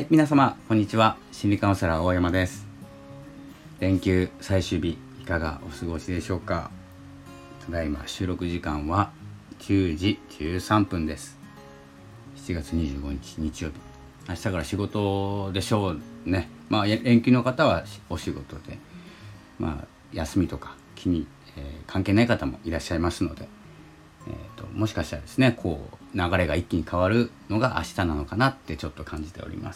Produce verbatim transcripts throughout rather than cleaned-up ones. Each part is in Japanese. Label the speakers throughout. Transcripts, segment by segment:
Speaker 1: はい皆様こんにちは。心理カウンセラー大山です。連休最終日いかがお過ごしでしょうか。ただいま収録時間はじゅうじじゅうさんぷんです。しちがつにじゅうごにち日曜日、明日から仕事でしょうね。まあ連休の方はお仕事で、まあ休みとか気に、えー、関係ない方もいらっしゃいますので、えーと、もしかしたらですねこう流れが一気に変わるのが明日なのかなってちょっと感じております。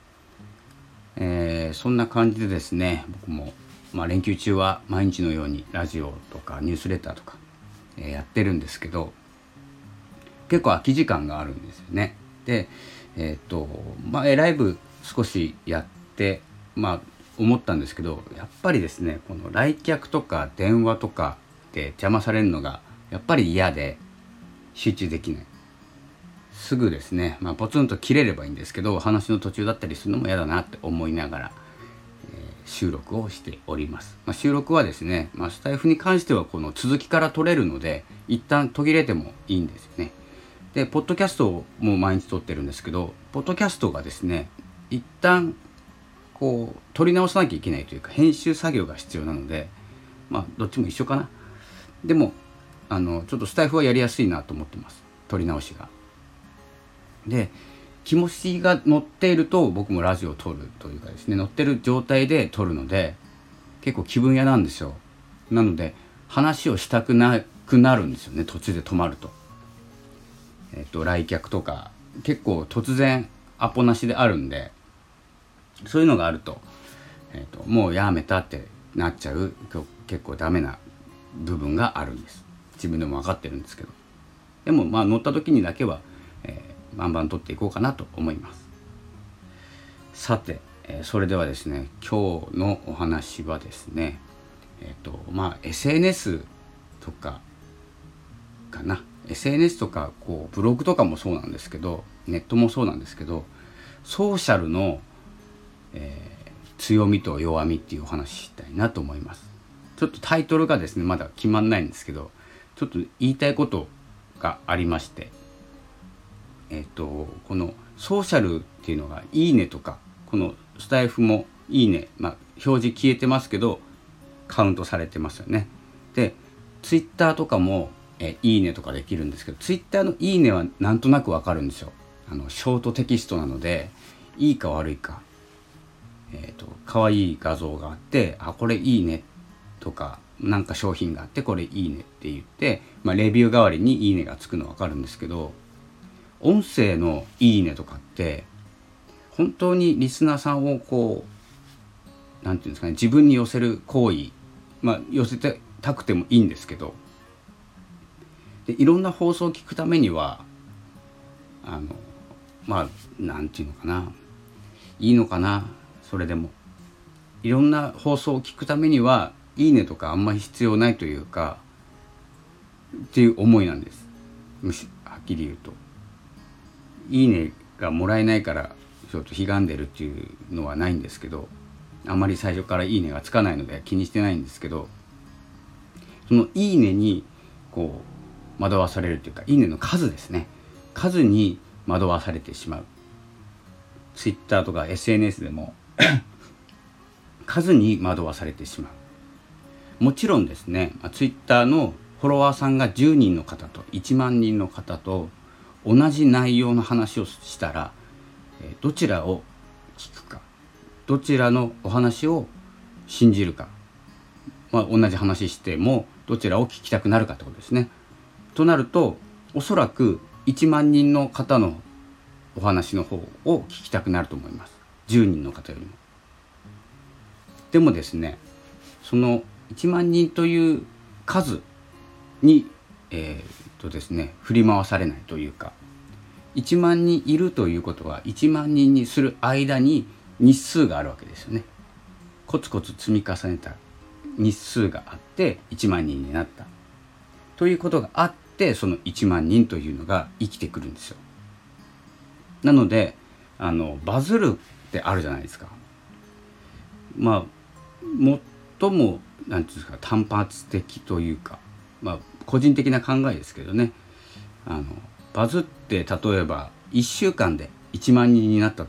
Speaker 1: えー、そんな感じでですね僕も、まあ、連休中は毎日のようにラジオとかニュースレターとか、えー、やってるんですけど、結構空き時間があるんですよね。でえっ、ー、とまあライブ少しやってまあ思ったんですけど、やっぱりですねこの来客とか電話とかで邪魔されるのがやっぱり嫌で集中できない。すぐですね、まあ、ポツンと切れればいいんですけど、話の途中だったりするのも嫌だなって思いながら、えー、収録をしております。まあ、収録はですね、まあ、スタイフに関してはこの続きから撮れるので一旦途切れてもいいんですよね。でポッドキャストも毎日撮ってるんですけど、ポッドキャストがですね一旦こう撮り直さなきゃいけないというか編集作業が必要なので、まあどっちも一緒かな。でもあのちょっとスタイフはやりやすいなと思ってます、撮り直しが。で気持ちが乗っていると僕もラジオを撮るというかですね、乗ってる状態で撮るので結構気分屋なんですよ。なので話をしたくなくなるんですよね、途中で止まると。えっと来客とか結構突然アポなしであるんで、そういうのがあると、えっともうやめたってなっちゃう結構ダメな部分があるんです。自分でも分かってるんですけど、でもまあ乗った時にだけは、えー、バンバン撮っていこうかなと思います。さて、えー、それではですね今日のお話はですねえっ、ー、とまあ エスエヌエス とかかな エスエヌエス とかこうブログとかもそうなんですけど、ネットもそうなんですけど、ソーシャルの、えー、強みと弱みっていうお話したいなと思います。ちょっとタイトルがですねまだ決まんないんですけど、ちょっと言いたいことがありまして、えっとこのソーシャルっていうのがいいねとか、このスタイフもいいね、まあ表示消えてますけどカウントされてますよね。でツイッターとかもえいいねとかできるんですけど、ツイッターのいいねはなんとなくわかるんですよ。あのショートテキストなのでいいか悪いか、えっと可愛い画像があって、あこれいいねとか、なんか商品があってこれいいねって言って、まあ、レビュー代わりにいいねがつくの分かるんですけど、音声のいいねとかって本当にリスナーさんをこうなんていうんですかね、自分に寄せる行為、まあ寄せてたくてもいいんですけど、でいろんな放送を聞くためにはあのまあなんていうのかな、いいのかな。それでもいろんな放送を聞くためにはいいねとかあんまり必要ないというかっていう思いなんです。むしはっきり言うといいねがもらえないからちょっとひがんでるっていうのはないんですけど、あんまり最初からいいねがつかないので気にしてないんですけど、そのいいねにこう惑わされるというか、いいねの数ですね、数に惑わされてしまう。ツイッターとか エスエヌエス でも数に惑わされてしまう。もちろんですね、ツイッターのフォロワーさんがじゅうにんの方といちまんにんの方と同じ内容の話をしたら、どちらを聞くか、どちらのお話を信じるか、まあ、同じ話してもどちらを聞きたくなるかってことですね。となるとおそらくいちまんにんの方のお話の方を聞きたくなると思います、じゅうにんの方よりも。でもですね、そのいちまんにんという数に、えー、とですね振り回されないというか、いちまんにんいるということはいちまんにんにする間に日数があるわけですよね。コツコツ積み重ねた日数があっていちまんにんになったということがあって、そのいちまんにんというのが生きてくるんですよ。なのであのバズるってあるじゃないですか。まあ最もなんていうんですか、単発的というか、まあ個人的な考えですけどね、あのバズって例えばいっしゅうかんでいちまんにんになったと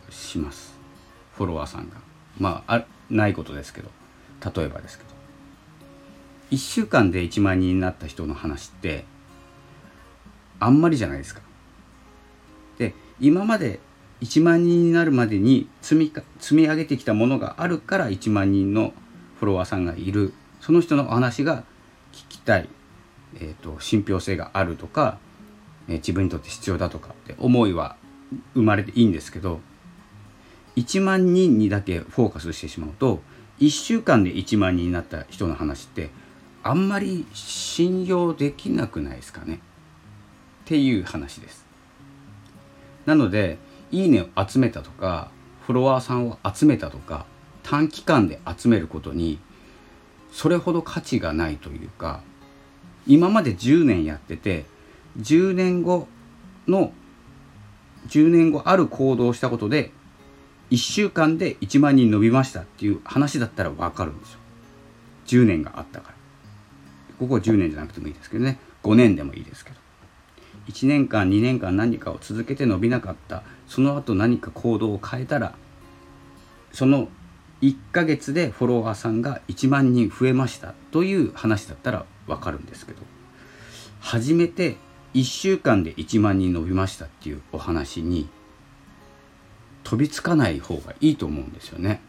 Speaker 1: します。フォロワーさんがまあ、あないことですけど、例えばですけどいっしゅうかんでいちまんにんになった人の話ってあんまりじゃないですか。で今までいちまんにんになるまでに積みか積み上げてきたものがあるからいちまんにんのフォロワーさんがいる。その人のお話が聞きたい、えーと、信憑性があるとか、えー、自分にとって必要だとかって思いは生まれていいんですけど、いちまんにんにだけフォーカスしてしまうといっしゅうかんでいちまんにんになった人の話ってあんまり信用できなくないですかねっていう話です。なのでいいねを集めたとかフォロワーさんを集めたとか短期間で集めることにそれほど価値がないというか、今までじゅうねんやっててじゅうねんごのじゅうねんごある行動をしたことでいっしゅうかんでいちまんにん伸びましたっていう話だったら分かるんですよ。じゅうねんがあったから。ここじゅうねんじゃなくてもいいですけどね、ごねんでもいいですけど、いちねんかんにねんかん何かを続けて伸びなかった、その後何か行動を変えたらそのいっかげつでフォロワーさんがいちまんにん増えましたという話だったら分かるんですけど、初めていっしゅうかんでいちまんにん伸びましたっていうお話に飛びつかない方がいいと思うんですよね。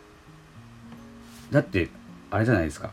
Speaker 1: だってあれじゃないですか、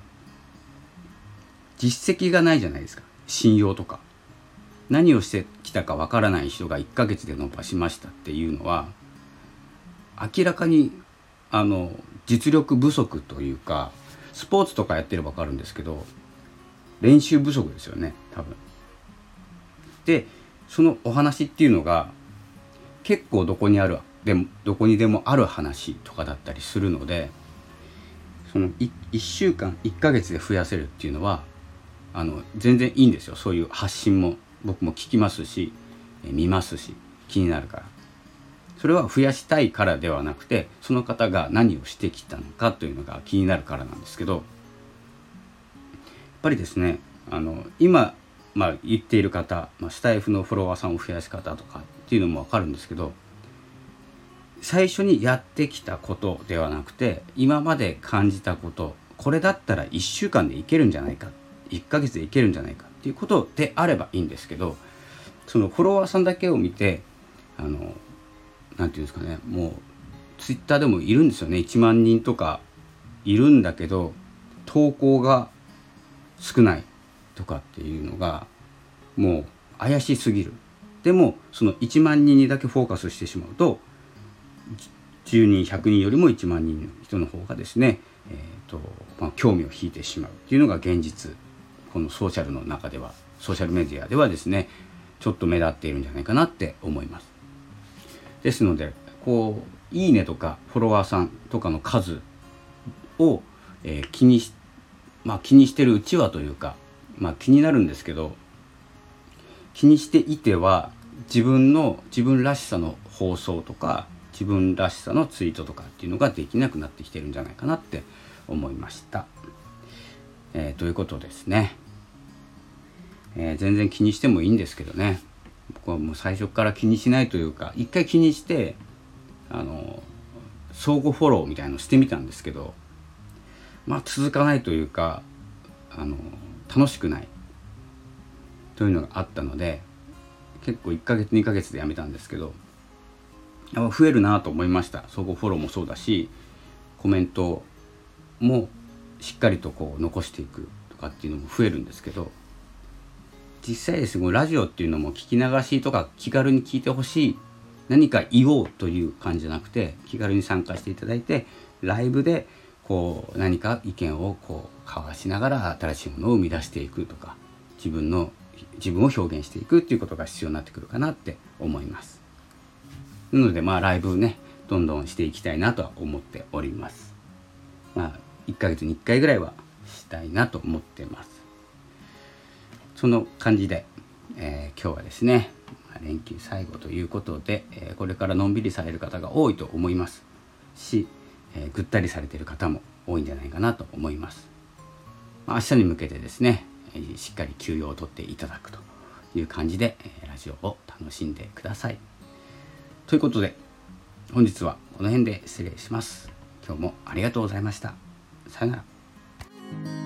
Speaker 1: 実績がないじゃないですか。信用とか何をしてきたかわからない人がいっかげつで伸ばしましたっていうのは明らかにあの実力不足というか、スポーツとかやってればわかるんですけど練習不足ですよね多分。でそのお話っていうのが結構どこにあるでもどこにでもある話とかだったりするので、その い, いっしゅうかんいっかげつで増やせるっていうのはあの全然いいんですよ。そういう発信も僕も聞きますし見ますし気になるから。それは増やしたいからではなくて、その方が何をしてきたのかというのが気になるからなんですけど、やっぱりですねあの今、まあ、言っている方、まあ、スタイフのフォロワーさんを増やし方とかっていうのも分かるんですけど、最初にやってきたことではなくて今まで感じたこと、これだったらいっしゅうかんでいけるんじゃないか、いっかげつでいけるんじゃないかっていうことであればいいんですけど、そのフォロワーさんだけを見てあのなんていうんですかね、もうツイッターでもいるんですよね、いちまんにんとかいるんだけど投稿が少ないとかっていうのがもう怪しすぎる。でもそのいちまんにんにだけフォーカスしてしまうとじゅうにんひゃくにんよりもいちまんにんの人の方がですね、えーとまあ、興味を引いてしまうっていうのが現実。このソーシャルの中では、ソーシャルメディアではですねちょっと目立っているんじゃないかなって思います。ですのでこういいねとかフォロワーさんとかの数を、えー、気にしまあ気にしてるうちはというか、まあ気になるんですけど、気にしていては自分の自分らしさの放送とか自分らしさのツイートとかっていうのができなくなってきてるんじゃないかなって思いました。えー、ということですね、えー、全然気にしてもいいんですけどね、僕はもう最初から気にしないというか、一回気にしてあの相互フォローみたいなのしてみたんですけど、まあ続かないというかあの楽しくないというのがあったので、結構いっかげつにかげつでやめたんですけど、やっぱ増えるなと思いました。相互フォローもそうだしコメントもしっかりとこう残していくとかっていうのも増えるんですけど、実際ですねラジオっていうのも聞き流しとか気軽に聞いてほしい、何か言おうという感じじゃなくて気軽に参加していただいてライブでこう何か意見をこう交わしながら新しいものを生み出していくとか、自分の自分を表現していくっていうことが必要になってくるかなって思います。なのでまあライブねどんどんしていきたいなとは思っております。まあいっかげつにいっかいぐらいはしたいなと思ってます。その感じで、えー、今日はですね連休最後ということで、えー、これからのんびりされる方が多いと思いますし、えー、ぐったりされている方も多いんじゃないかなと思います。まあ、明日に向けてですね、えー、しっかり休養をとっていただくという感じで、えー、ラジオを楽しんでください。ということで本日はこの辺で失礼します。今日もありがとうございました。さよなら。